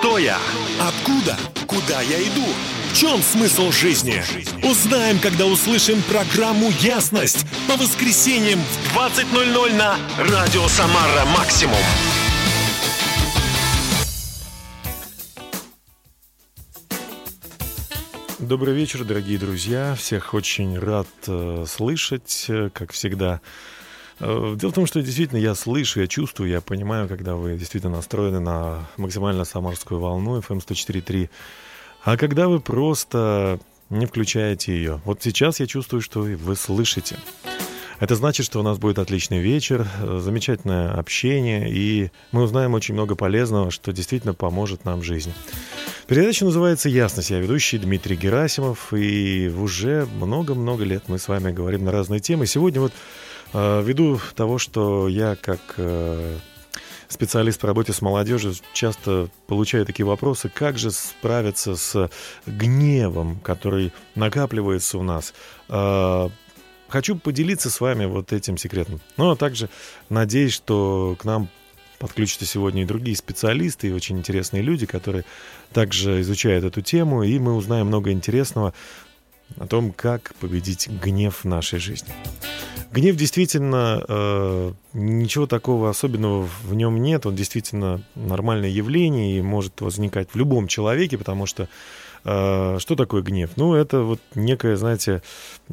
Кто я? Откуда? Куда я иду? В чем смысл жизни? Узнаем, когда услышим программу «Ясность» по воскресеньям в 20:00 на Радио Самара Максимум. Добрый вечер, дорогие друзья. Всех очень рад слышать, как всегда. Дело в том, что действительно я слышу, я чувствую, я понимаю, когда вы действительно настроены на максимально самарскую волну FM 104.3, а когда вы просто не включаете ее. Вот сейчас я чувствую, что вы слышите. Это значит, что у нас будет отличный вечер, замечательное общение, и мы узнаем очень много полезного, что действительно поможет нам в жизни. Передача называется «Ясность». Я ведущий Дмитрий Герасимов, и уже много-много лет мы с вами говорим на разные темы. Сегодня вот ввиду того, что я как специалист по работе с молодежью часто получаю такие вопросы, как же справиться с гневом, который накапливается у нас. Хочу поделиться с вами вот этим секретом. Ну, а также надеюсь, что к нам подключатся сегодня и другие специалисты, и очень интересные люди, которые также изучают эту тему, и мы узнаем много интересного о том, как победить гнев в нашей жизни. Гнев действительно, ничего такого особенного в нем нет, он действительно нормальное явление и может возникать в любом человеке, потому что что такое гнев? Ну, это вот некое, знаете,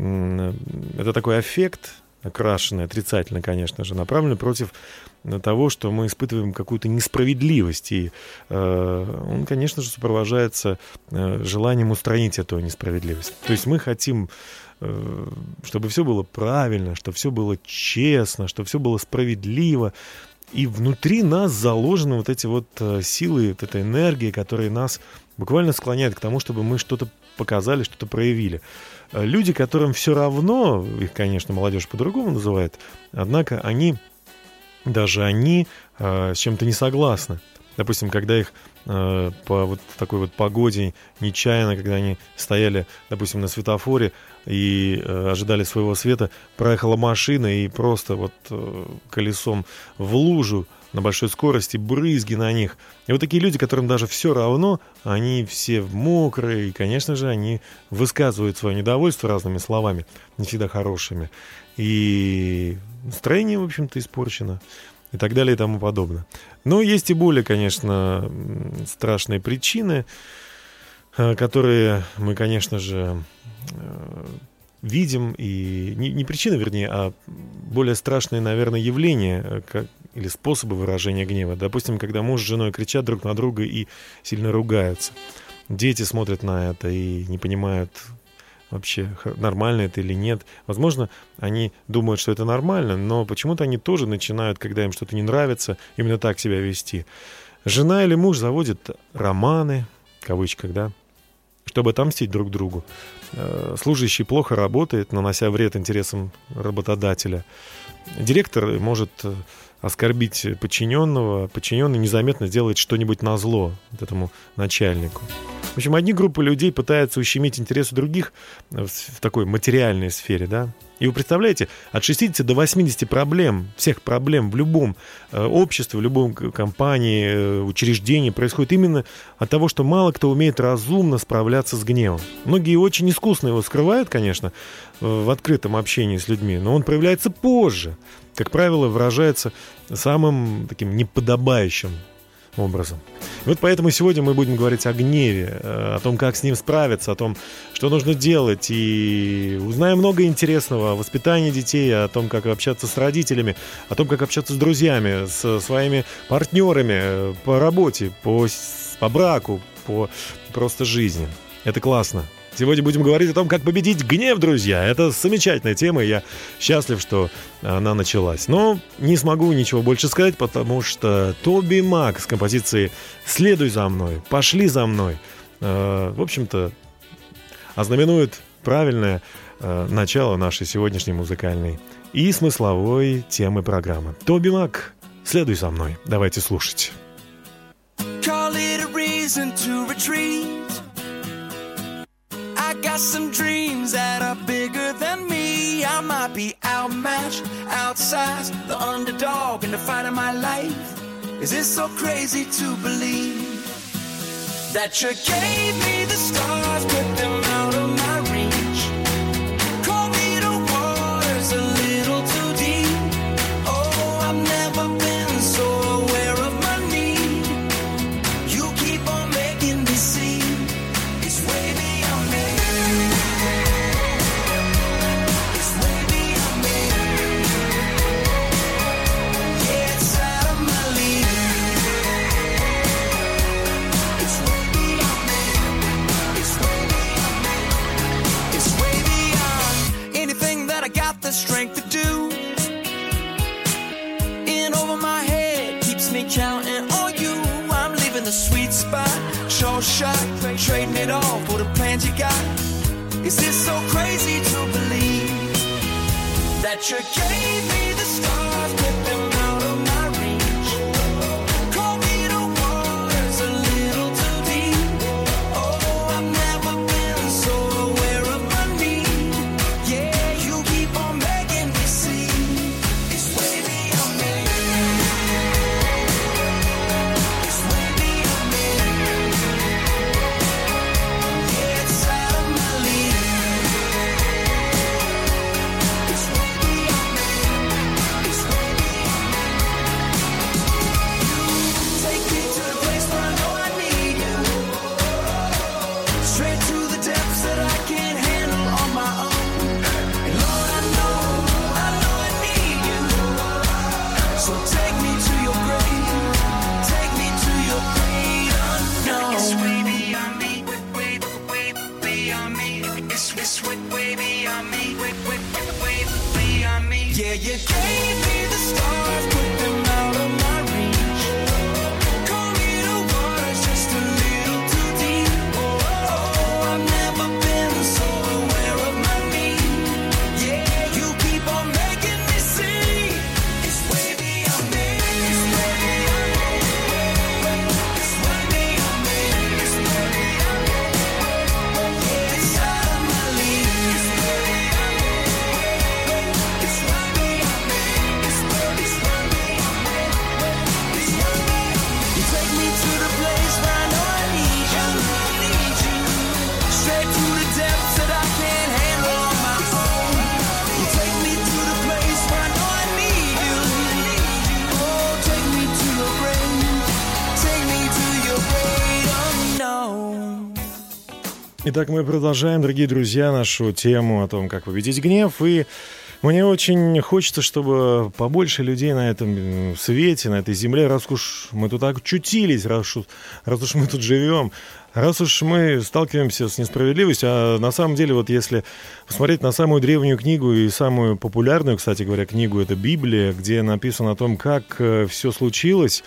это такой аффект, окрашенный отрицательно, конечно же, направленный против того, что мы испытываем какую-то несправедливость. И он, конечно же, сопровождается желанием устранить эту несправедливость. То есть мы хотим, чтобы все было правильно, чтобы все было честно, чтобы все было справедливо. И внутри нас заложены вот эти вот силы, вот эта энергия, которая нас буквально склоняет к тому, чтобы мы что-то показали, что-то проявили. Люди, которым все равно, их, конечно, молодежь по-другому называет, однако даже они с чем-то не согласны. Допустим, когда их по вот такой вот погоде нечаянно, когда они стояли, допустим, на светофоре и ожидали своего света, проехала машина и просто вот колесом в лужу на большой скорости, брызги на них. И вот такие люди, которым даже все равно, они все мокрые, и, конечно же, они высказывают свое недовольство разными словами, не всегда хорошими. И настроение, в общем-то, испорчено. И так далее и тому подобное. Но есть и более, конечно, страшные причины, которые мы, конечно же, видим. И не причины, вернее, а более страшные, наверное, явления или способы выражения гнева. Допустим, когда муж с женой кричат друг на друга и сильно ругаются. Дети смотрят на это и не понимают вообще, нормально это или нет. Возможно, они думают, что это нормально, но почему-то они тоже начинают, когда им что-то не нравится, именно так себя вести. Жена или муж заводят романы, в кавычках, да, чтобы отомстить друг другу. Служащий плохо работает, нанося вред интересам работодателя. Директор может оскорбить подчиненного, подчиненный незаметно сделает что-нибудь назло вот этому начальнику. В общем, одни группы людей пытаются ущемить интересы других в такой материальной сфере, да. И вы представляете, от 60 до 80 проблем, всех проблем в любом обществе, в любой компании, учреждении происходит именно от того, что мало кто умеет разумно справляться с гневом. Многие очень искусно его скрывают, конечно, в открытом общении с людьми, но он проявляется позже. Как правило, выражается самым таким неподобающим образом. И вот поэтому сегодня мы будем говорить о гневе, о том, как с ним справиться, о том, что нужно делать, и узнаем много интересного о воспитании детей, о том, как общаться с родителями, о том, как общаться с друзьями, со своими партнерами по работе, по браку, по просто жизни. Это классно. Сегодня будем говорить о том, как победить гнев, друзья. Это замечательная тема, и я счастлив, что она началась. Но не смогу ничего больше сказать, потому что Тоби Мак с композицией «Следуй за мной», «Пошли за мной», в общем-то, ознаменует правильное начало нашей сегодняшней музыкальной и смысловой темы программы. Тоби Мак, «Следуй за мной». Давайте слушать. I got some dreams that are bigger than me. I might be outmatched, outsized, the underdog in the fight of my life. Is it so crazy to believe that you gave me the stars, put them out of my reach. Call me the waters a little too deep. Oh, I've never been so aware of my need. You keep on making me see it's way beyond me. It's way beyond me. Yeah, it's out of my league. It's way beyond me. It's way beyond me. It's way beyond anything that I got the strength to do. In over my head keeps me counting on you. I'm leaving the sweet spot, short shot, trading it all for the plans you got. Is this so crazy to believe that you gave me the stars, put them out of my reach? Call me the waters a little too deep. Oh, I've never been so aware of my need. Yeah, you keep on making me see it's way beyond me. It's way beyond me. Yeah, it's out of my league. It's way beyond me. It's way beyond me. You take me to the place where I know I need you. Straight to the depths that I can't handle on my own. And Lord, I know I need you. So take me to your grave. Take me to your great unknown. It's way beyond me. Way beyond me. It's way beyond me. Way beyond me. Yeah, you gave me the stars, put them out of my reach. Call me the waters just a little too deep. Oh, I've never been so aware of my need. Yeah, you keep on making me see it's way beyond me. It's way beyond me. It's way beyond me. It's way beyond me. Yeah, it's out of my league. It's way beyond me. It's way beyond me. It's way beyond me. It's way beyond me. You take me to the place where I know I need you. Straight to the depths that I can't handle on my own. You take me to the place where I know I need you. Oh, take me to your grave. Take me to your great unknown. Итак, мы продолжаем, дорогие друзья, нашу тему о том, как победить гнев. И мне очень хочется, чтобы побольше людей на этом свете, на этой земле, раз уж мы тут так очутились, раз уж мы тут живем, раз уж мы сталкиваемся с несправедливостью, а на самом деле, вот если посмотреть на самую древнюю книгу и самую популярную, кстати говоря, книгу, это Библия, где написано о том, как все случилось.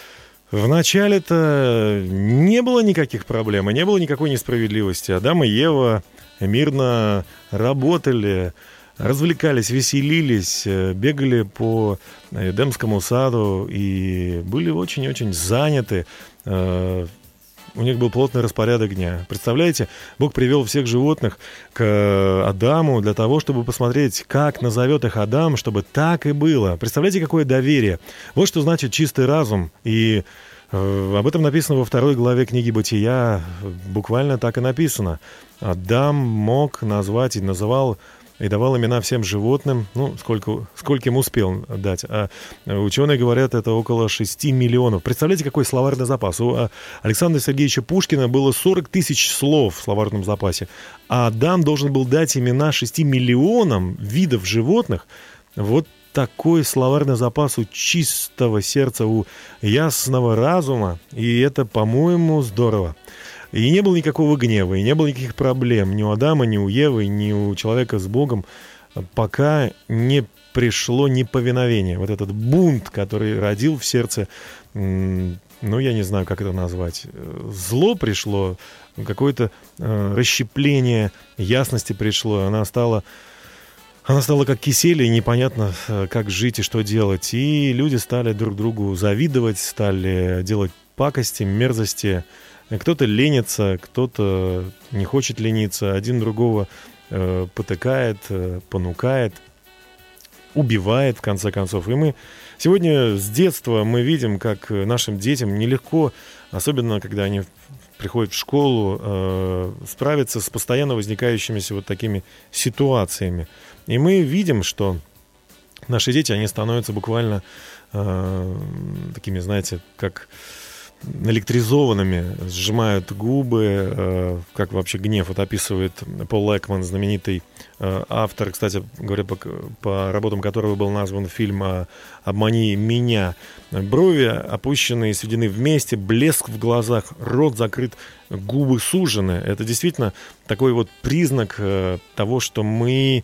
Вначале-то не было никаких проблем, и не было никакой несправедливости. Адам и Ева мирно работали, развлекались, веселились, бегали по Эдемскому саду и были очень-очень заняты. У них был плотный распорядок дня. Представляете, Бог привел всех животных к Адаму для того, чтобы посмотреть, как назовет их Адам, чтобы так и было. Представляете, какое доверие. Вот что значит чистый разум. И об этом написано во 2 главе книги Бытия. Буквально так и написано. Адам мог назвать и называл и давал имена всем животным, скольким успел дать. А ученые говорят, это около 6 миллионов. Представляете, какой словарный запас? У Александра Сергеевича Пушкина было 40 тысяч слов в словарном запасе. А Адам должен был дать имена 6 миллионам видов животных. Вот такой словарный запас у чистого сердца, у ясного разума. И это, по-моему, здорово. И не было никакого гнева, и не было никаких проблем ни у Адама, ни у Евы, ни у человека с Богом, пока не пришло неповиновение. Вот этот бунт, который родил в сердце, я не знаю, как это назвать, зло пришло, какое-то расщепление ясности пришло, она стала как кисель, и непонятно, как жить и что делать. И люди стали друг другу завидовать, стали делать пакости, мерзости. Кто-то ленится, кто-то не хочет лениться, один другого потыкает, понукает, убивает, в конце концов. И мы сегодня с детства мы видим, как нашим детям нелегко, особенно когда они приходят в школу, справиться с постоянно возникающимися вот такими ситуациями. И мы видим, что наши дети, они становятся буквально такими, знаете, как наэлектризованными, сжимают губы, как вообще гнев вот описывает Пол Экман, знаменитый автор, кстати говоря, по работам которого был назван фильм «Обмани меня». Брови опущены и сведены вместе, блеск в глазах, рот закрыт, губы сужены. Это действительно такой вот признак того, что мы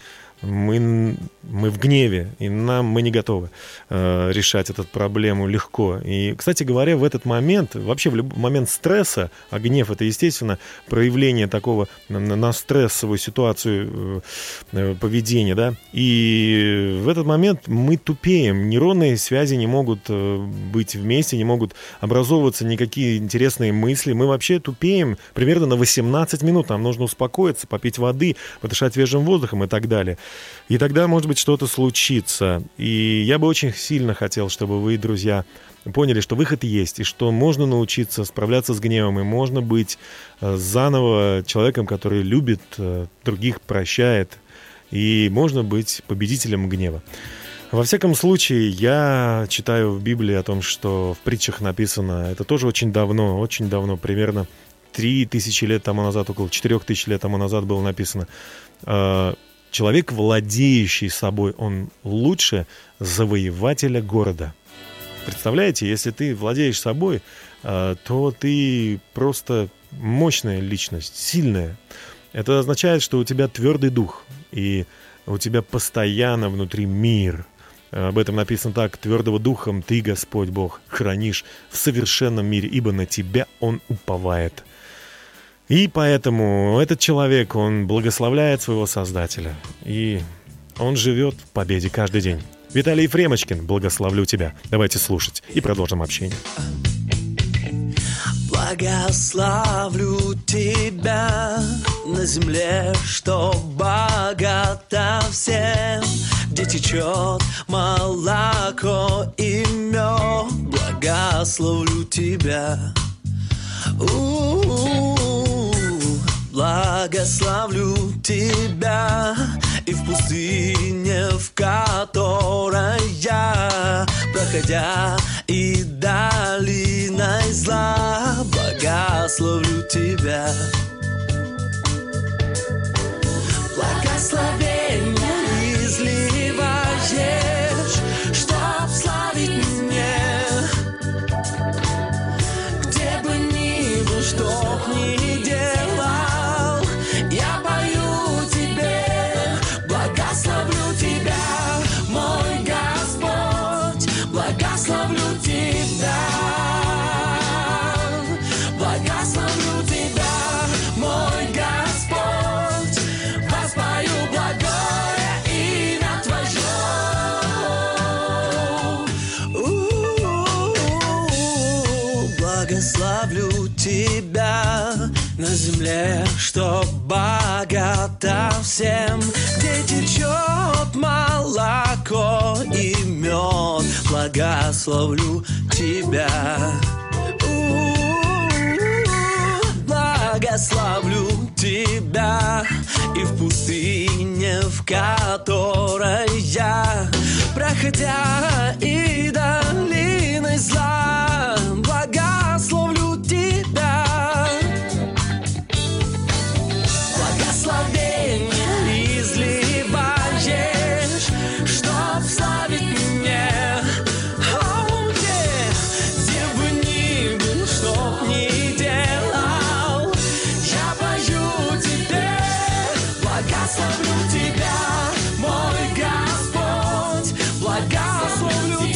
в гневе, и мы не готовы решать эту проблему легко. И, кстати говоря, в этот момент, вообще в любой момент стресса, а гнев — это, естественно, проявление такого на стрессовую ситуацию поведения, да, и в этот момент мы тупеем, нейронные связи не могут быть вместе, не могут образовываться никакие интересные мысли, мы вообще тупеем примерно на 18 минут, нам нужно успокоиться, попить воды, подышать свежим воздухом и так далее. И тогда, может быть, что-то случится. И я бы очень сильно хотел, чтобы вы, друзья, поняли, что выход есть, и что можно научиться справляться с гневом, и можно быть заново человеком, который любит других, прощает, и можно быть победителем гнева. Во всяком случае, я читаю в Библии о том, что в притчах написано, это тоже очень давно, примерно 3000 лет тому назад, около 4000 лет тому назад было написано: человек, владеющий собой, он лучше завоевателя города. Представляете, если ты владеешь собой, то ты просто мощная личность, сильная. Это означает, что у тебя твердый дух, и у тебя постоянно внутри мир. Об этом написано так: твердого духом ты, Господь Бог, хранишь в совершенном мире, ибо на тебя Он уповает. И поэтому этот человек, он благословляет своего Создателя, и он живет в победе каждый день. Виталий Ефремочкин, благословлю тебя. Давайте слушать и продолжим общение. Благословлю тебя на земле, что богата всем, где течет молоко и мед. Благословлю тебя. Благословлю тебя и в пустыне, в которой я, проходя и долиной зла, благословлю тебя. Благословение изливаешь, чтоб славить мне, где бы ни был, чтоб ни делал, я пою тебе, благословлю тебя, мой Господь, благословлю тебя, благословлю тебя, мой Господь, воспою благое имя Твое. Благословлю тебя на земле, что богата всем, где течет молоко и мед. Благословлю тебя. Благословлю тебя и в пустыне, в которой я, проходя и долиной зла, благословлю тебя. Благословение изливаешь, чтоб славить мне, где бы ни был, чтоб ни делал, я пою тебе, благословлю тебя, мой Господь, благословлю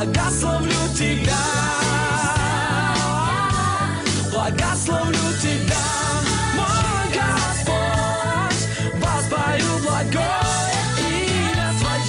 Благословлю тебя, благословлю тебя, мой Господь, воспою благое имя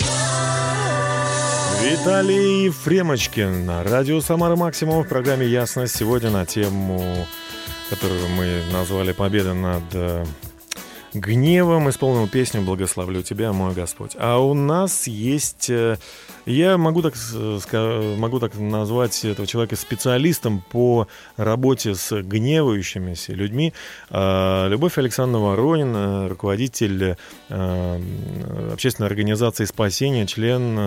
Твое. Виталий Ефремочкин на радио «Самара Максимум» в программе «Ясность». Сегодня на тему, которую мы назвали «Победа над гневом», исполнил песню «Благословлю тебя, мой Господь». А у нас есть... Я могу так назвать этого человека специалистом по работе с гневающимися людьми. Любовь Александровна Воронина, руководитель общественной организации «Спасение», член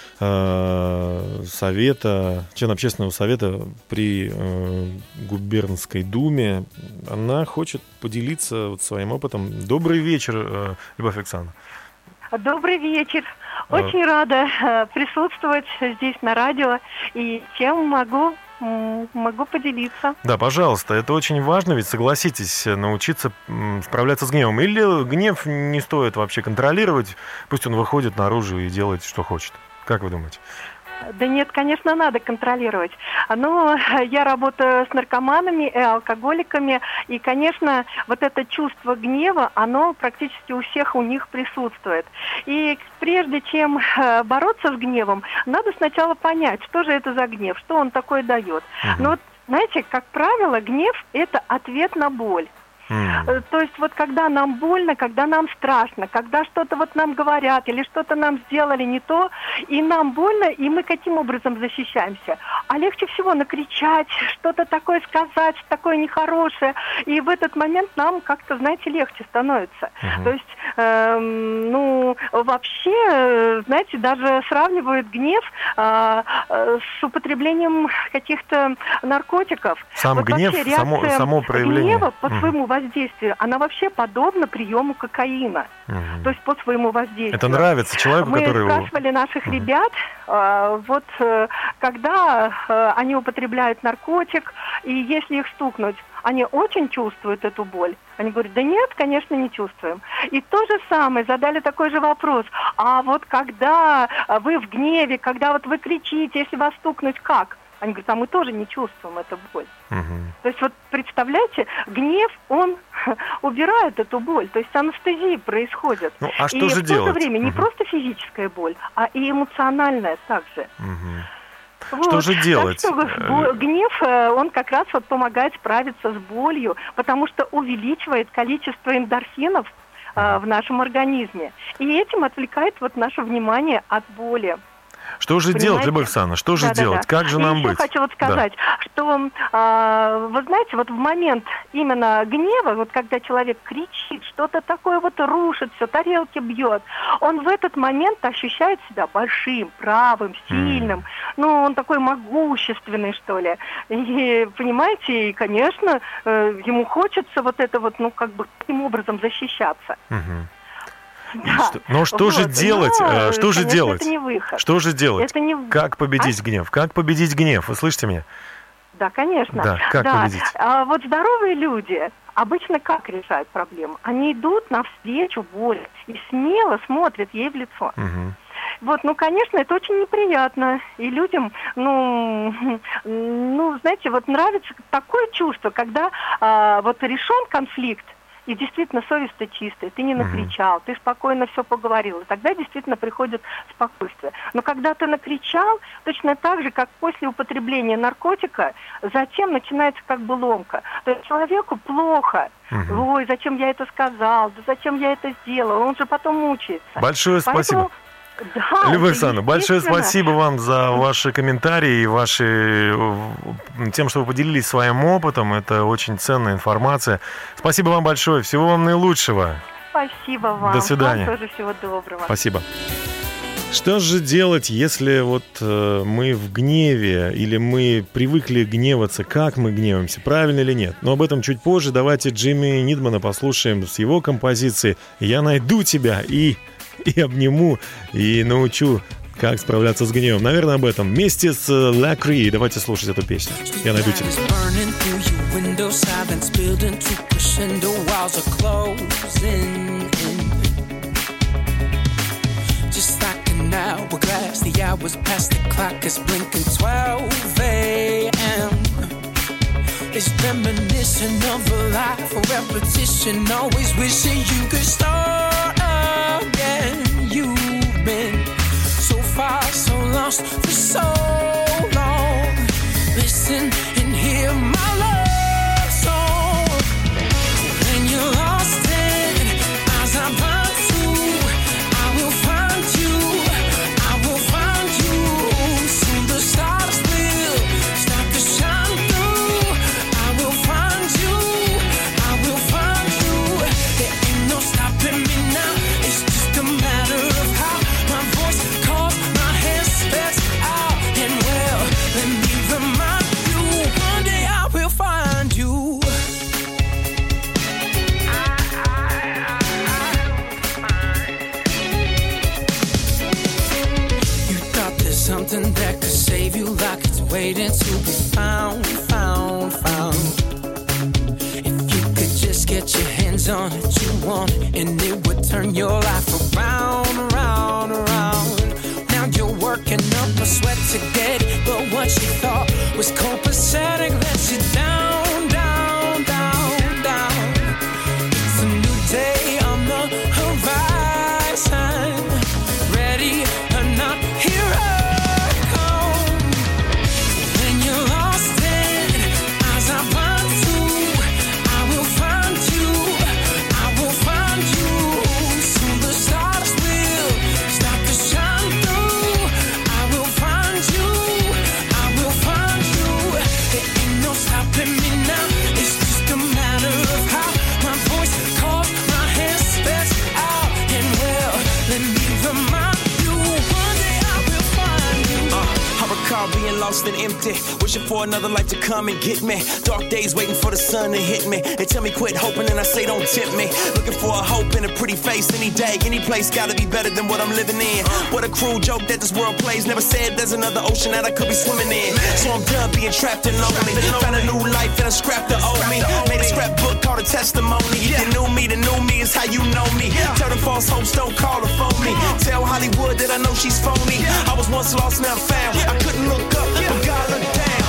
общественного совета при губернской думе. Она хочет поделиться вот своим опытом. Добрый вечер, Любовь Александровна. Добрый вечер. Очень рада присутствовать здесь на радио и чем могу поделиться. Да, пожалуйста, это очень важно, ведь, согласитесь, научиться справляться с гневом. Или гнев не стоит вообще контролировать, пусть он выходит наружу и делает, что хочет. Как вы думаете? Да нет, конечно, надо контролировать. Но я работаю с наркоманами и алкоголиками, и, конечно, вот это чувство гнева, оно практически у всех у них присутствует. И прежде чем бороться с гневом, надо сначала понять, что же это за гнев, что он такое дает. Но вот, знаете, как правило, гнев – это ответ на боль. То есть вот когда нам больно, когда нам страшно, когда что-то вот нам говорят или что-то нам сделали не то, и нам больно, и мы каким образом защищаемся? А легче всего накричать, что-то такое сказать, такое нехорошее, и в этот момент нам как-то, знаете, легче становится. То есть, вообще, знаете, даже сравнивают гнев с употреблением каких-то наркотиков. Сам вот гнев, само проявление. Гнева по своему воздействию, она вообще подобна приему кокаина. То есть по своему воздействию. Это нравится человеку, который... Мы спрашивали наших ребят, вот когда они употребляют наркотик, и если их стукнуть, они очень чувствуют эту боль. Они говорят, да нет, конечно, не чувствуем. И то же самое, задали такой же вопрос. А вот когда вы в гневе, когда вот вы кричите, если вас стукнуть, как? Они говорят, а мы тоже не чувствуем эту боль. То есть вот представляете, гнев, он убирает эту боль, то есть анестезия происходит. Ну, а что и же в делать? то же время не просто физическая боль, а и эмоциональная также. Вот. Что же делать? Так что гнев, он как раз вот помогает справиться с болью, потому что увеличивает количество эндорфинов в нашем организме. И этим отвлекает вот наше внимание от боли. Что же делать, Любовь Александровна? Что же делать? Как же нам быть? Я хочу вот сказать, что, вы знаете, вот в момент именно гнева, вот когда человек кричит, что-то такое вот рушит, все, тарелки бьет, он в этот момент ощущает себя большим, правым, сильным, он такой могущественный, что ли. И, понимаете, и, конечно, ему хочется вот это вот, таким образом защищаться. Да. Но что же делать? Что же делать? Это не выход. Что же делать? Это не... Как победить гнев? Как победить гнев? Вы слышите меня? Да, конечно. Да, как победить? Вот здоровые люди обычно как решают проблему? Они идут навстречу боли и смело смотрят ей в лицо. Вот, конечно, это очень неприятно. И людям, знаете, вот нравится такое чувство, когда вот решен конфликт, и действительно совесть-то чистая, ты не накричал, ты спокойно все поговорил, и тогда действительно приходит спокойствие. Но когда ты накричал, точно так же, как после употребления наркотика, затем начинается как бы ломка. То есть человеку плохо. Ой, зачем я это сказал, да зачем я это сделал, он же потом мучается. Большое спасибо. Да, Любовь Александровна, большое спасибо вам за ваши комментарии и тем, что вы поделились своим опытом. Это очень ценная информация. Спасибо вам большое. Всего вам наилучшего. Спасибо вам. До свидания. Вам тоже всего доброго. Спасибо. Что же делать, если мы в гневе или мы привыкли гневаться? Как мы гневаемся? Правильно или нет? Но об этом чуть позже. Давайте Джимми Нидмана послушаем с его композиции «Я найду тебя» и обниму, и научу, как справляться с гневом. Наверное, об этом. Вместе с Лакри. Давайте слушать эту песню. «Я найду тебя». Just like an hour hourglass. The hours past the clock is blinking 12 a.m. It's reminiscent of a life, a repetition. Always wishing you could start again. You've been so far, so lost for so long. Listen and hear my love song. When you're lost in as I find you, I will find you. I will find you. Soon the stars will start to shine through. I will find you. I will find you. There ain't no stopping me now. It's just a matter of how my voice calls, my hands stretch out, and well, let me remind you. One day I will find you. You thought there's something that could save you, like it's waiting to be found, found, found. If you could just get your hands on it, you want it, and it would turn your life around, around, around. Now you're working up a sweat to get it, but what you thought was copacetic lets you down, down, down, down. It's a new day on the horizon. Ready or not, here I come. When you're lost in as I find you, I will find you. I will find you. Soon the stars will start to shine through. I will find you. I will find you. There ain't no stopping me now. It's just a matter of how my voice calls, my hands stretch out, and well, let me remind you. One day I will find you. I recall being lost and empty, wishing for another life to come and get me. Dark days waiting for the sun to hit me. They tell me quit hoping and I say don't tempt me. Looking for a hope in a pretty face any day. Any place gotta be better than what I'm living in. What a cruel joke that this world plays. Never said there's another ocean that I could be swimming in. So I'm done being trapped and lonely. Found a new life and I scrapped the old me. Made a scrapbook called a testimony. If you knew me, the new me is how you know me. Tell them false hopes don't call or phone me. Tell Hollywood that I know she's phony. I was once lost, now found. I couldn't look up, but God looked down.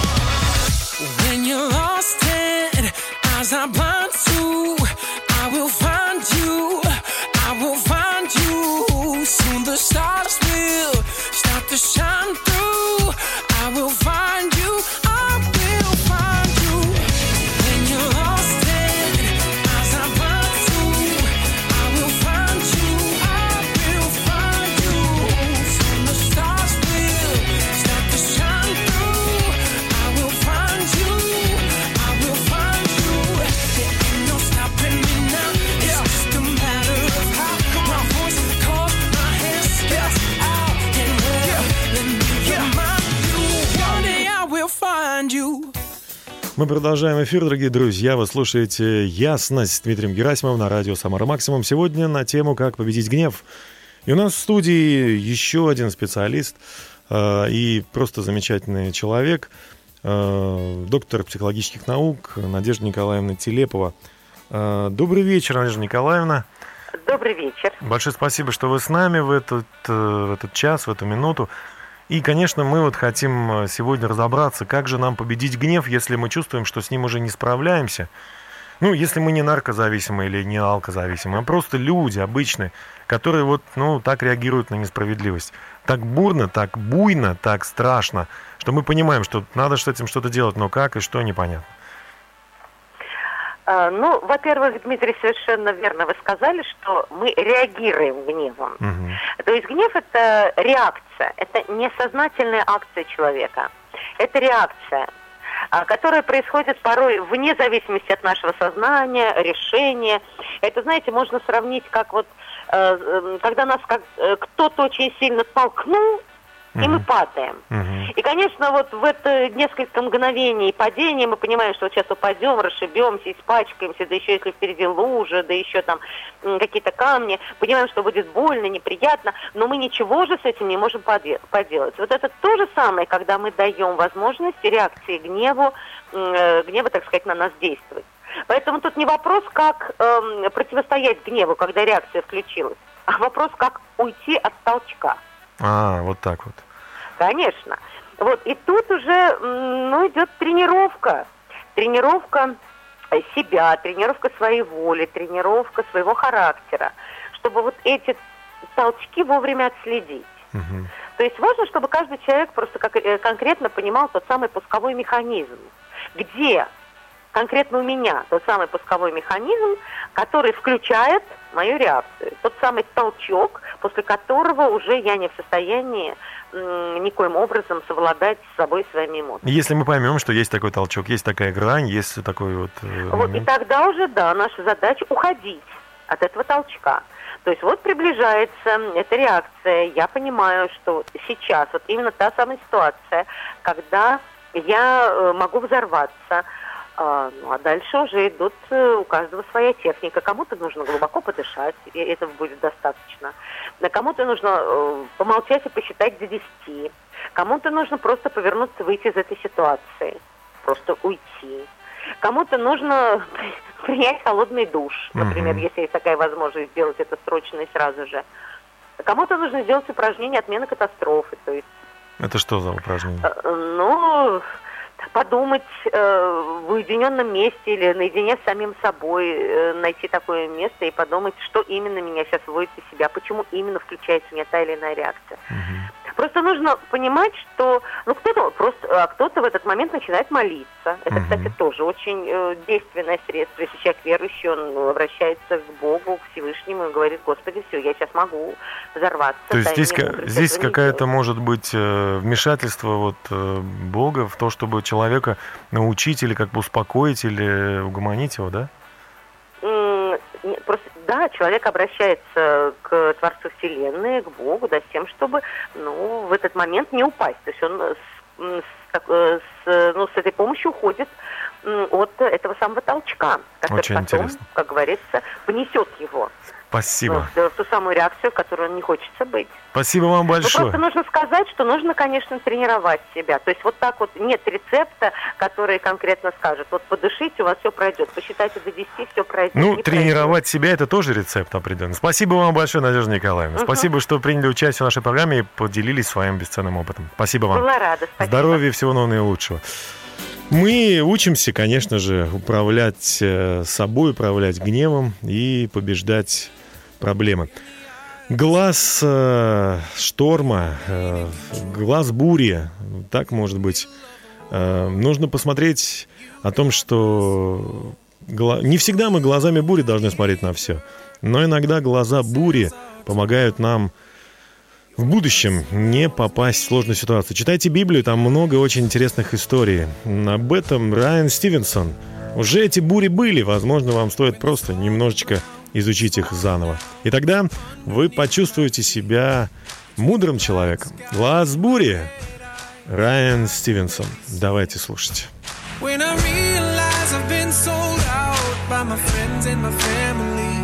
When you're lost in as I blind to, I will find you. I will find you. Soon the stars will start to shine through. I will find you. I will find you. When you're lost in as I blind to, I will find you. I will find you. Soon the stars will start to shine through. I will find you. I will find you. There ain't no stopping me now. It's just a matter of how my voice calls, my hands stretch out, and well, let me remind you. One day I will find you. Мы продолжаем эфир, дорогие друзья. Вы слушаете «Ясность» с Дмитрием Герасимовым на радио «Самара Максимум». Сегодня на тему «Как победить гнев». И у нас в студии еще один специалист и просто замечательный человек, доктор психологических наук Надежда Николаевна Телепова. Добрый вечер, Надежда Николаевна. Добрый вечер. Большое спасибо, что вы с нами в этот час, в эту минуту. И, конечно, мы вот хотим сегодня разобраться, как же нам победить гнев, если мы чувствуем, что с ним уже не справляемся. Ну, если мы не наркозависимые или не алкозависимые, а просто люди обычные, которые вот, так реагируют на несправедливость. Так бурно, так буйно, так страшно, что мы понимаем, что надо с этим что-то делать, но как и что, непонятно. Во-первых, Дмитрий, совершенно верно вы сказали, что мы реагируем гневом. Угу. То есть гнев – это реакция, это несознательная акция человека. Это реакция, которая происходит порой вне зависимости от нашего сознания, решения. Это, знаете, можно сравнить как вот, когда нас кто-то очень сильно толкнул, и мы падаем. И, конечно, вот в это несколько мгновений падения мы понимаем, что вот сейчас упадем, расшибемся, испачкаемся, да еще если впереди лужа, да еще там какие-то камни. Понимаем, что будет больно, неприятно, но мы ничего же с этим не можем поделать. Вот это то же самое, когда мы даем возможность реакции гнева, так сказать, на нас действовать. Поэтому тут не вопрос, как противостоять гневу, когда реакция включилась, а вопрос, как уйти от толчка. Вот так вот. Конечно. Вот, и тут уже, идет тренировка. Тренировка себя, тренировка своей воли, тренировка своего характера, чтобы вот эти толчки вовремя отследить. Мгм. То есть важно, чтобы каждый человек просто конкретно понимал тот самый пусковой механизм. Где конкретно у меня тот самый пусковой механизм, который включает мою реакцию. Тот самый толчок, после которого уже я не в состоянии никоим образом совладать с собой, своими эмоциями. Если мы поймем, что есть такой толчок, есть такая грань, есть такой вот Вот, и момент. тогда уже, да, наша задача уходить от этого толчка. То есть вот приближается эта реакция, я понимаю, что сейчас вот именно та самая ситуация, когда я могу взорваться, а дальше уже идут у каждого своя техника. Кому-то нужно глубоко подышать, и этого будет достаточно. Кому-то нужно помолчать и посчитать до 10. Кому-то нужно просто повернуться, выйти из этой ситуации, просто уйти. Кому-то нужно принять холодный душ, например, если есть такая возможность сделать это срочно и сразу же. Кому-то нужно сделать упражнение отмены катастрофы, то есть, Это что за упражнение? подумать в уединенном месте или наедине с самим собой, найти такое место и подумать, что именно меня сейчас вводит из себя, почему именно включается у меня та или иная реакция. Просто нужно понимать, что кто-то в этот момент начинает молиться. Это, кстати, тоже очень действенное средство. Если человек верующий, он обращается к Богу, к Всевышнему и говорит: Господи, все, я сейчас могу взорваться. То есть дай мне здесь мудрость здесь этого не какая-то делать». может быть вмешательство Бога в то, чтобы человека научить или как бы успокоить или угомонить его, да? Просто, да, человек обращается к Творцу Вселенной, к Богу, да, с тем, чтобы, в этот момент не упасть. То есть он с этой помощью уходит от этого самого толчка, который Очень потом, интересно. как говорится, понесет его Спасибо. в ту самую реакцию, в которой он не хочется быть. Спасибо вам большое. Просто нужно сказать, что нужно, конечно, тренировать себя. То есть вот так вот нет рецепта, который конкретно скажет: вот подышите, у вас все пройдет, посчитайте до 10, все пройдет. Не Тренировать себя — это тоже рецепт определенный. Спасибо вам большое, Надежда Николаевна. Спасибо, что приняли участие в нашей программе и поделились своим бесценным опытом. Спасибо вам. Была рада, спасибо. Здоровья, всего нового наилучшего. Мы учимся, конечно же, управлять собой, управлять гневом и побеждать проблемы. Глаз шторма, глаз бури, так может быть. Нужно посмотреть о том, что не всегда мы глазами бури должны смотреть на все, но иногда глаза бури помогают нам в будущем не попасть в сложную ситуацию. Читайте Библию, там много очень интересных историй. Об этом Райан Стивенсон. Уже эти бури были, возможно, вам стоит просто немножечко изучить их заново. И тогда вы почувствуете себя мудрым человеком. Глаз бури. Райан Стивенсон. Давайте слушать. When I realize I've been sold out by my friends and my family,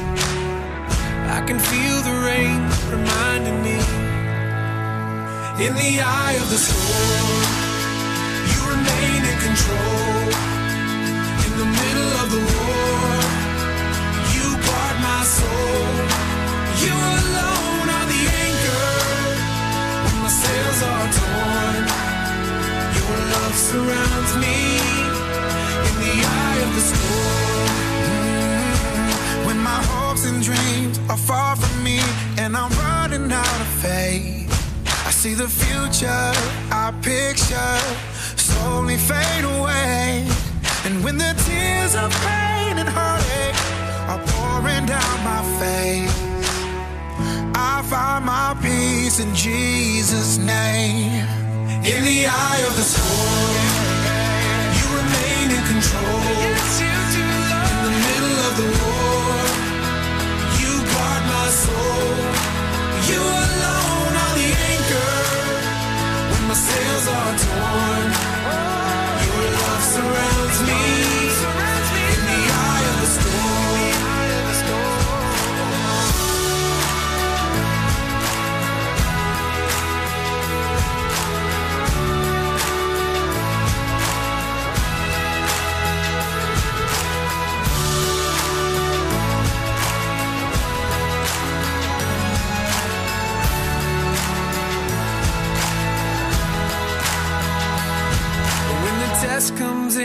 I can feel the rain reminding me. In the eye of the storm, you remain in control. In the middle of the war, you guard my soul. You alone are the anchor when my sails are torn. Your love surrounds me in the eye of the storm. When my hopes and dreams are far from me and I'm running out of faith, I see the future I picture slowly fade away. And when the tears of pain and heartache are pouring down my face, I find my peace in Jesus' name. In the eye of the storm, you remain in control. In the middle of the war, you guard my soul. You alone are the anchor when my sails are torn. Your love surrounds me in the eye of the storm.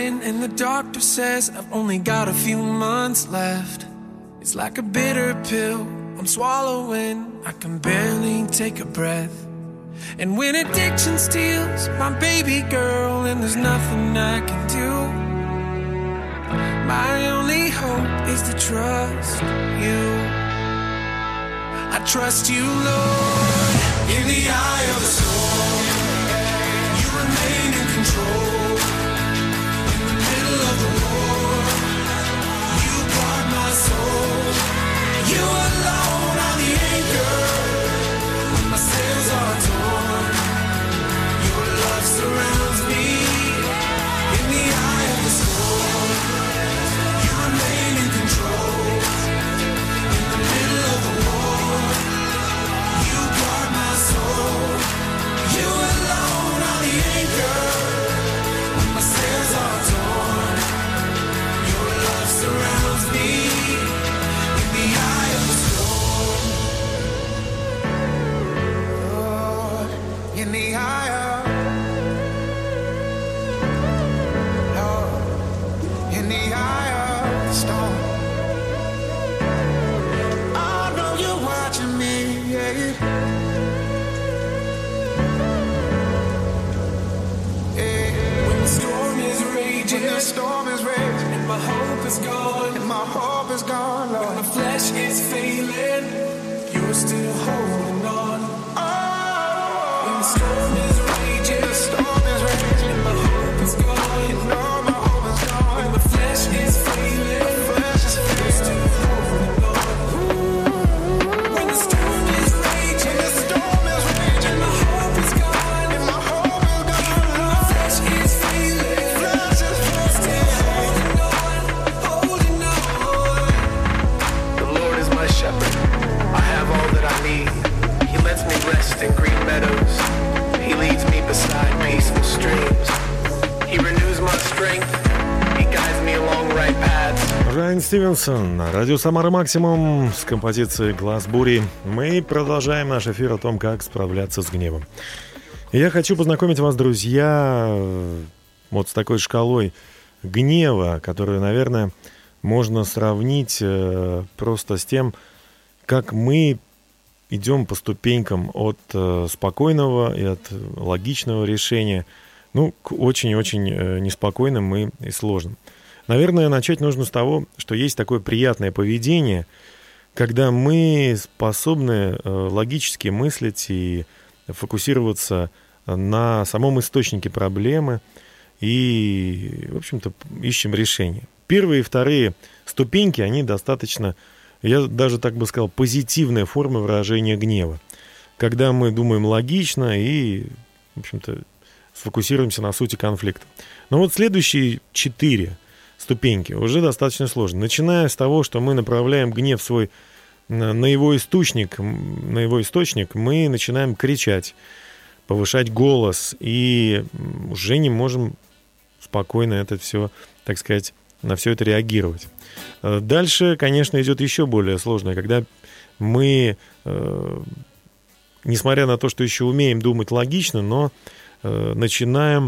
swallowing, and the doctor says I've only got a few months left. It's like a bitter pill I'm swallowing, I can barely take a breath. And when addiction steals my baby girl, and there's nothing I can do, my only hope is to trust you. I trust you, Lord. In the eye of the storm, you remain in control. In the middle of the war, you guard my soul. You alone are the anchor when my sails are torn. Your love surrounds me. In the eye of the storm, you remain in control. In the middle of the war, you guard my soul. You alone are the anchor when my sails are torn. Your love surrounds me. In the eye of the storm, Lord, in the eye of, Lord, in the eye of the storm. I know you're watching me, yeah. When the storm is raging, when the storm is raging, and my hope is gone, and my hope is gone, Lord. When my flesh is failing, you're still holding on. When the storm is raging, the storm is raging, and my hope is gone, and all my hope is gone. When my flesh is failing, you're still holding on. When the storm is raging, the storm is raging, and my hope is gone, and my hope is gone. When my flesh is failing, you're still holding on, holding on. The Lord is my shepherd. I have all that I need. He lets me rest in green meadows. He leads me beside peaceful streams. He renews my strength. He guides me along right paths. Райан Стивенсон на радио «Самара Максимум» с композицией «Глаз бури». Мы продолжаем наш эфир о том, как справляться с гневом. И я хочу познакомить вас, друзья, вот с такой шкалой гнева, которую, наверное, можно сравнить просто с тем, как мы идем по ступенькам от спокойного и от логичного решения, ну, к очень-очень неспокойным и сложным. Наверное, начать нужно с того, что есть такое приятное поведение, когда мы способны логически мыслить и фокусироваться на самом источнике проблемы и, в общем-то, ищем решение. Первые и вторые ступеньки, они достаточно, я даже так бы сказал, позитивная форма выражения гнева. Когда мы думаем логично и, в общем-то, сфокусируемся на сути конфликта. Но вот следующие 4 ступеньки уже достаточно сложно. Начиная с того, что мы направляем гнев свой на его источник, мы начинаем кричать, повышать голос и уже не можем спокойно это все, так сказать, на все это реагировать. Дальше, конечно, идет еще более сложное, когда мы, несмотря на то, что еще умеем думать логично, но начинаем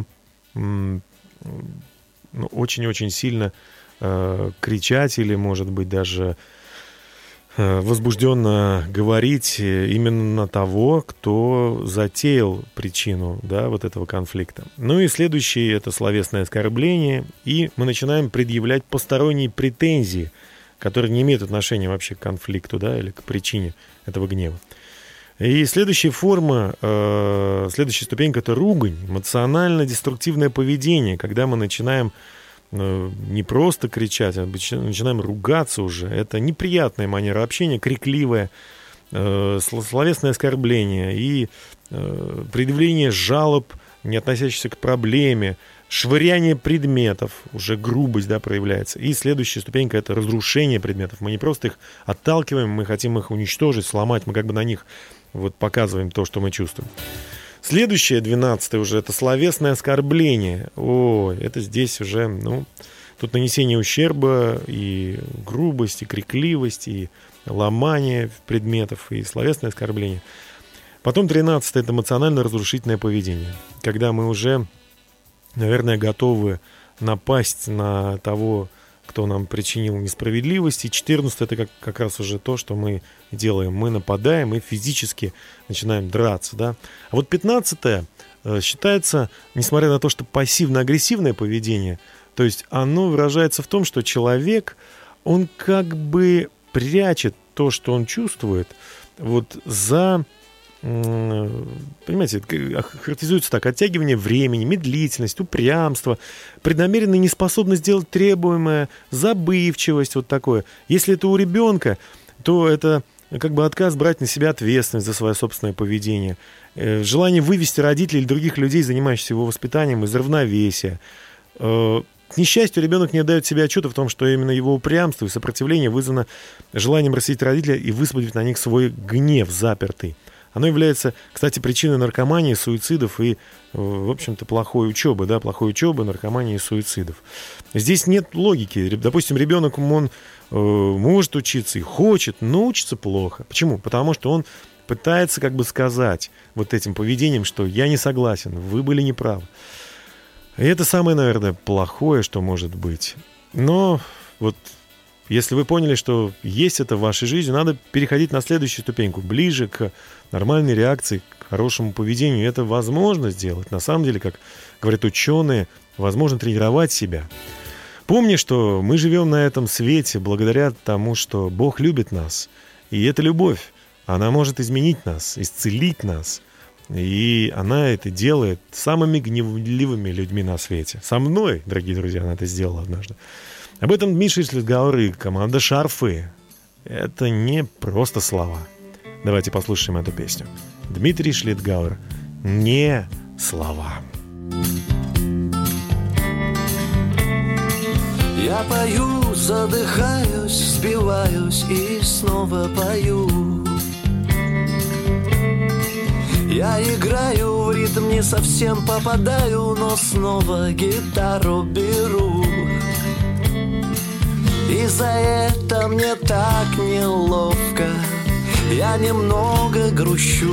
очень-очень сильно кричать или, может быть, даже возбужденно говорить именно на того, кто затеял причину, да, вот этого конфликта. Ну и следующее — это словесное оскорбление, и мы начинаем предъявлять посторонние претензии, которые не имеют отношения вообще к конфликту, да, или к причине этого гнева. И следующая форма, следующая ступенька — это ругань, эмоционально-деструктивное поведение, когда мы начинаем не просто кричать, а начинаем ругаться уже. Это неприятная манера общения, крикливая, словесное оскорбление и предъявление жалоб, не относящихся к проблеме, швыряние предметов, уже грубость, да, проявляется. И следующая ступенька — это разрушение предметов. Мы не просто их отталкиваем, мы хотим их уничтожить, сломать, мы как бы на них вот показываем то, что мы чувствуем. Следующее, 12-е уже, это словесное оскорбление. Ой, это здесь уже, тут нанесение ущерба, и грубость, и крикливость, и ломание предметов, и словесное оскорбление. Потом 13-е, это эмоционально-разрушительное поведение. Когда мы уже, наверное, готовы напасть на того, кто нам причинил несправедливость. И 14 это как раз уже то, что мы делаем. Мы нападаем и физически начинаем драться. Да? А вот 15 считается, несмотря на то, что пассивно-агрессивное поведение, то есть оно выражается в том, что человек, он как бы прячет то, что он чувствует, вот за... Понимаете, характеризуется так: оттягивание времени, медлительность, упрямство, преднамеренная неспособность сделать требуемое, забывчивость, вот такое. Если это у ребенка, то это как бы отказ брать на себя ответственность за свое собственное поведение, желание вывести родителей или других людей, занимающихся его воспитанием, из равновесия. К несчастью, ребенок не отдает себе отчета в том, что именно его упрямство и сопротивление вызвано желанием рассердить родителей и высвободить на них свой гнев запертый. Оно является, кстати, причиной наркомании, суицидов и, в общем-то, плохой учебы, наркомании и суицидов. Здесь нет логики. Допустим, ребенок, он может учиться и хочет, но учится плохо. Почему? Потому что он пытается как бы сказать вот этим поведением, что я не согласен, вы были неправы. И это самое, наверное, плохое, что может быть. Но вот если вы поняли, что есть это в вашей жизни, надо переходить на следующую ступеньку, ближе к нормальной реакции, к хорошему поведению. Это возможно сделать. На самом деле, как говорят ученые, возможно тренировать себя. Помни, что мы живем на этом свете благодаря тому, что Бог любит нас. И эта любовь, она может изменить нас, исцелить нас. И она это делает самыми гневливыми людьми на свете. Со мной, дорогие друзья, она это сделала однажды. Об этом Дмитрий Шлитгауэр и команда «Шарфы». Это не просто слова. Давайте послушаем эту песню. Дмитрий Шлитгауэр. Не слова. Я пою, задыхаюсь, сбиваюсь и снова пою. Я играю в ритм, не совсем попадаю, но снова гитару беру. И за это мне так неловко, я немного грущу.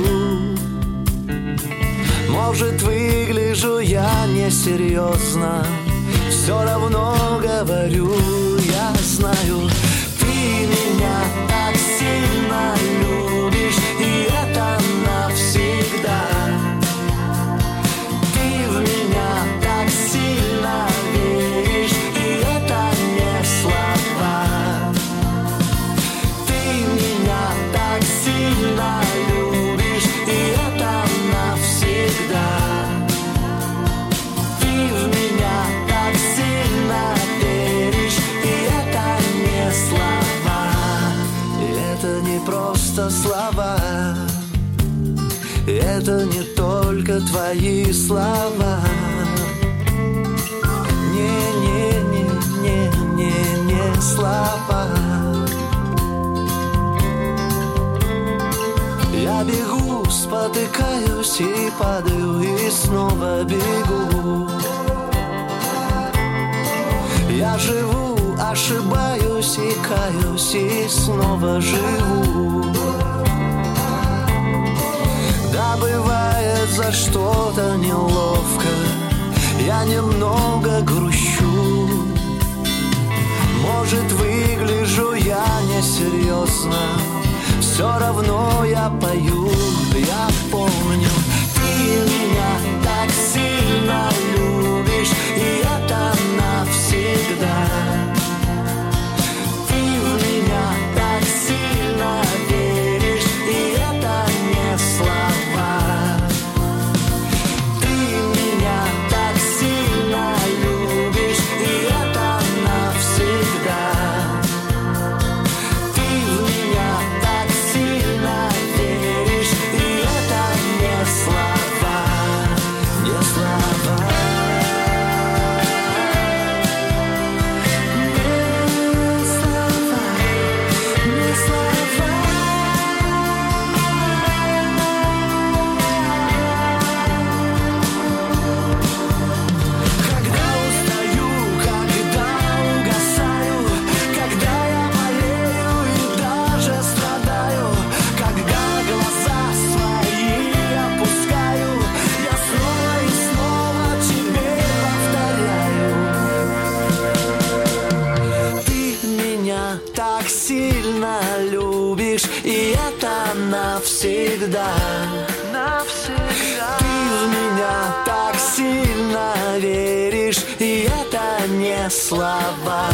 Может, выгляжу я несерьезно, все равно говорю, я знаю, ты меня так сильно любишь, и это навсегда. Ты в меня так сильно веришь, и это не слова. Ты меня так сильно любишь, и это навсегда. Ты в меня так сильно веришь, и это не слова. И это не просто слова, это не только твои слова. Не слова. Я бегу, спотыкаюсь и падаю, и снова бегу. Я живу, ошибаюсь и каюсь, и снова живу. Да, бывает за что-то неловко, я немного грущу. Может, выгляжу я несерьезно, все равно я пою, я помню. Ты меня так сильно любишь, и это навсегда. Ты в меня так сильно веришь, и это не слова. Ты меня так сильно любишь, и это навсегда. Ты в меня так сильно веришь, и это не слова, не слова. навсегда. Ты в меня так сильно веришь, и это не слова.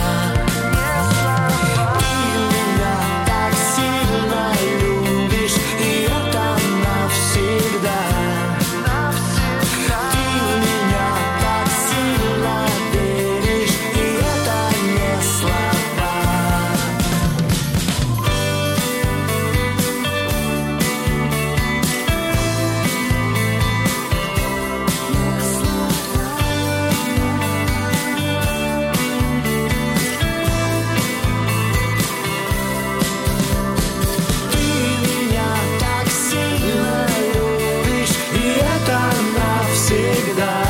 Ты меня так сильно любишь, и это навсегда. Ты в меня так сильно веришь, и это не слова. Ты меня так сильно любишь, и это навсегда.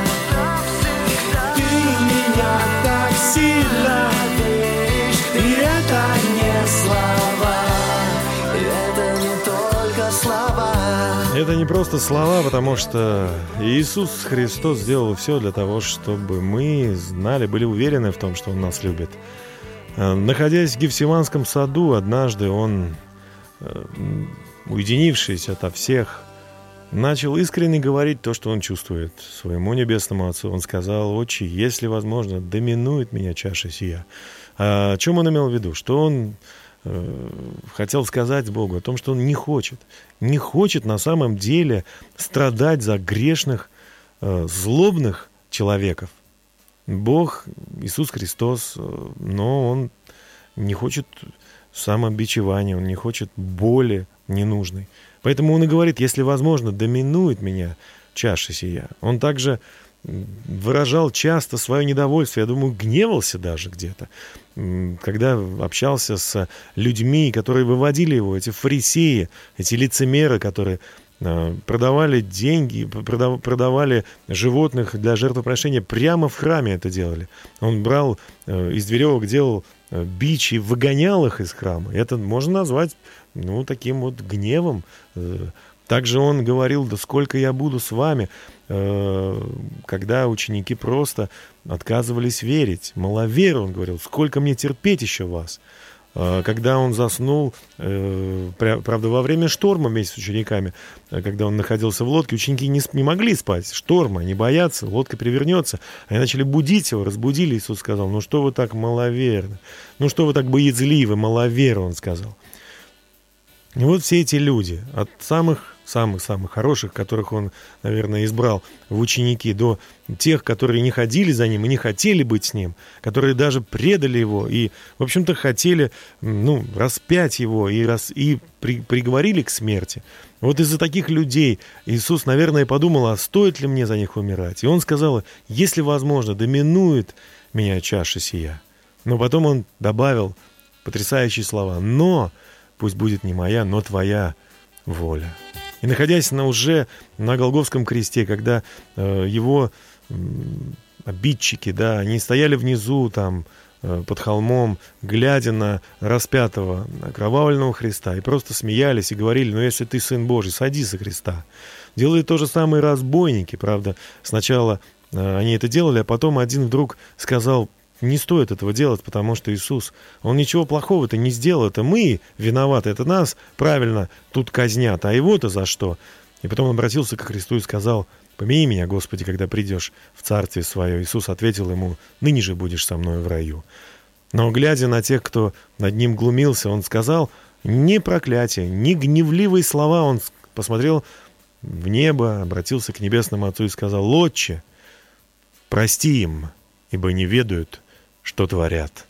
Ты меня так сильно веришь, и это не слова. И это не только слова. Это не просто слова, потому что Иисус Христос сделал все для того, чтобы мы знали, были уверены в том, что Он нас любит. Находясь в Гефсиманском саду, однажды Он, уединившись ото всех, начал искренне говорить то, что Он чувствует своему небесному Отцу. Он сказал: «Отче, если возможно, доминует меня чаша сия». О чем Он имел в виду? Что Он хотел сказать Богу? О том, что Он не хочет на самом деле страдать за грешных, злобных человеков. Бог, Иисус Христос, но Он не хочет самобичевания, Он не хочет боли ненужной. Поэтому Он и говорит: если возможно, доминует меня чаша сия. Он также выражал часто свое недовольство, я думаю, гневался даже где-то, когда общался с людьми, которые выводили его, эти фарисеи, эти лицемеры, которые продавали деньги, продавали животных для жертвоприношения, прямо в храме это делали. Он брал из веревок, делал бич и выгонял их из храма. Это можно назвать, таким вот гневом. Также он говорил: да сколько я буду с вами, когда ученики просто отказывались верить. Маловеры, он говорил, сколько мне терпеть еще вас. Когда он заснул, правда, во время шторма вместе с учениками, когда он находился в лодке, ученики не могли спать. Шторма, они боятся, лодка перевернется. Они начали будить его, разбудили. Иисус сказал: ну что вы так маловерны? Ну что вы так боязливы, маловеры, он сказал. И вот все эти люди, от самых хороших, которых он, наверное, избрал в ученики, до тех, которые не ходили за ним и не хотели быть с ним, которые даже предали его и, в общем-то, хотели, распять его и приговорили к смерти. Вот из-за таких людей Иисус, наверное, подумал: а стоит ли мне за них умирать? И он сказал: если возможно, доминует меня чаша сия. Но потом он добавил потрясающие слова: но пусть будет не моя, но твоя воля. И находясь уже на Голгофском кресте, когда его обидчики, они стояли внизу там под холмом, глядя на распятого, окровавленного Христа, и просто смеялись и говорили: если ты Сын Божий, сойди со креста. Делали то же самое и разбойники, правда. Сначала они это делали, а потом один вдруг сказал: не стоит этого делать, потому что Иисус, Он ничего плохого-то не сделал. Это мы виноваты, это нас правильно тут казнят, а Его-то за что? И потом он обратился ко Христу и сказал: помяни меня, Господи, когда придешь в Царствие Свое. Иисус ответил ему: ныне же будешь со мною в раю. Но, глядя на тех, кто над ним глумился, он сказал не проклятие, не гневливые слова. Он посмотрел в небо, обратился к Небесному Отцу и сказал: Отче, прости им, ибо не ведают, что творят.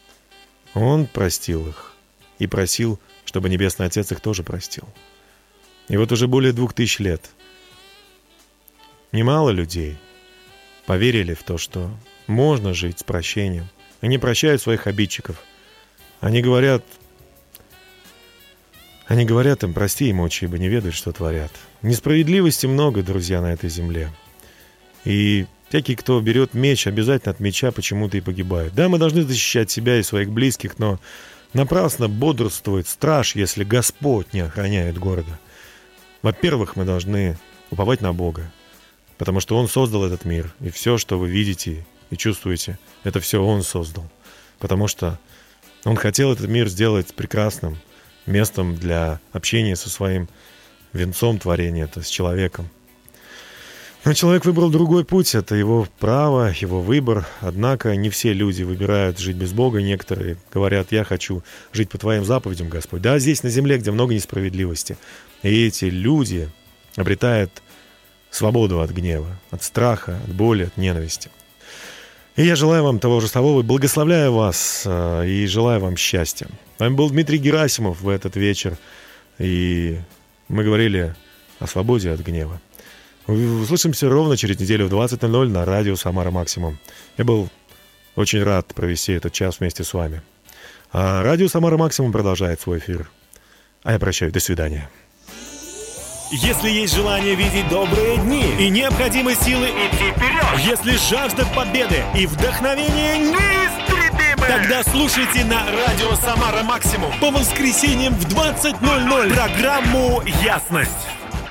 Он простил их и просил, чтобы Небесный Отец их тоже простил. И вот уже более 2000 лет немало людей поверили в то, что можно жить с прощением. Они прощают своих обидчиков. Они говорят им: прости им, Отче, ибо не ведают, что творят. Несправедливости много, друзья, на этой земле. И всякий, кто берет меч, обязательно от меча почему-то и погибает. Да, мы должны защищать себя и своих близких, но напрасно бодрствует страж, если Господь не охраняет города. Во-первых, мы должны уповать на Бога, потому что Он создал этот мир, и все, что вы видите и чувствуете, это все Он создал, потому что Он хотел этот мир сделать прекрасным, местом для общения со своим венцом творения, это с человеком. Но человек выбрал другой путь, это его право, его выбор. Однако не все люди выбирают жить без Бога. Некоторые говорят: я хочу жить по Твоим заповедям, Господь. Да, здесь на земле, где много несправедливости. И эти люди обретают свободу от гнева, от страха, от боли, от ненависти. И я желаю вам того же самого, благословляю вас и желаю вам счастья. С вами был Дмитрий Герасимов в этот вечер. И мы говорили о свободе от гнева. Услышимся ровно через неделю в 20:00 на радио «Самара Максимум». Я был очень рад провести этот час вместе с вами. А радио «Самара Максимум» продолжает свой эфир. А я прощаюсь. До свидания. Если есть желание видеть добрые дни и необходимы силы идти вперед, если жажда победы и вдохновение неистребимы, тогда слушайте на радио «Самара Максимум» по воскресеньям в 20:00 программу «Ясность».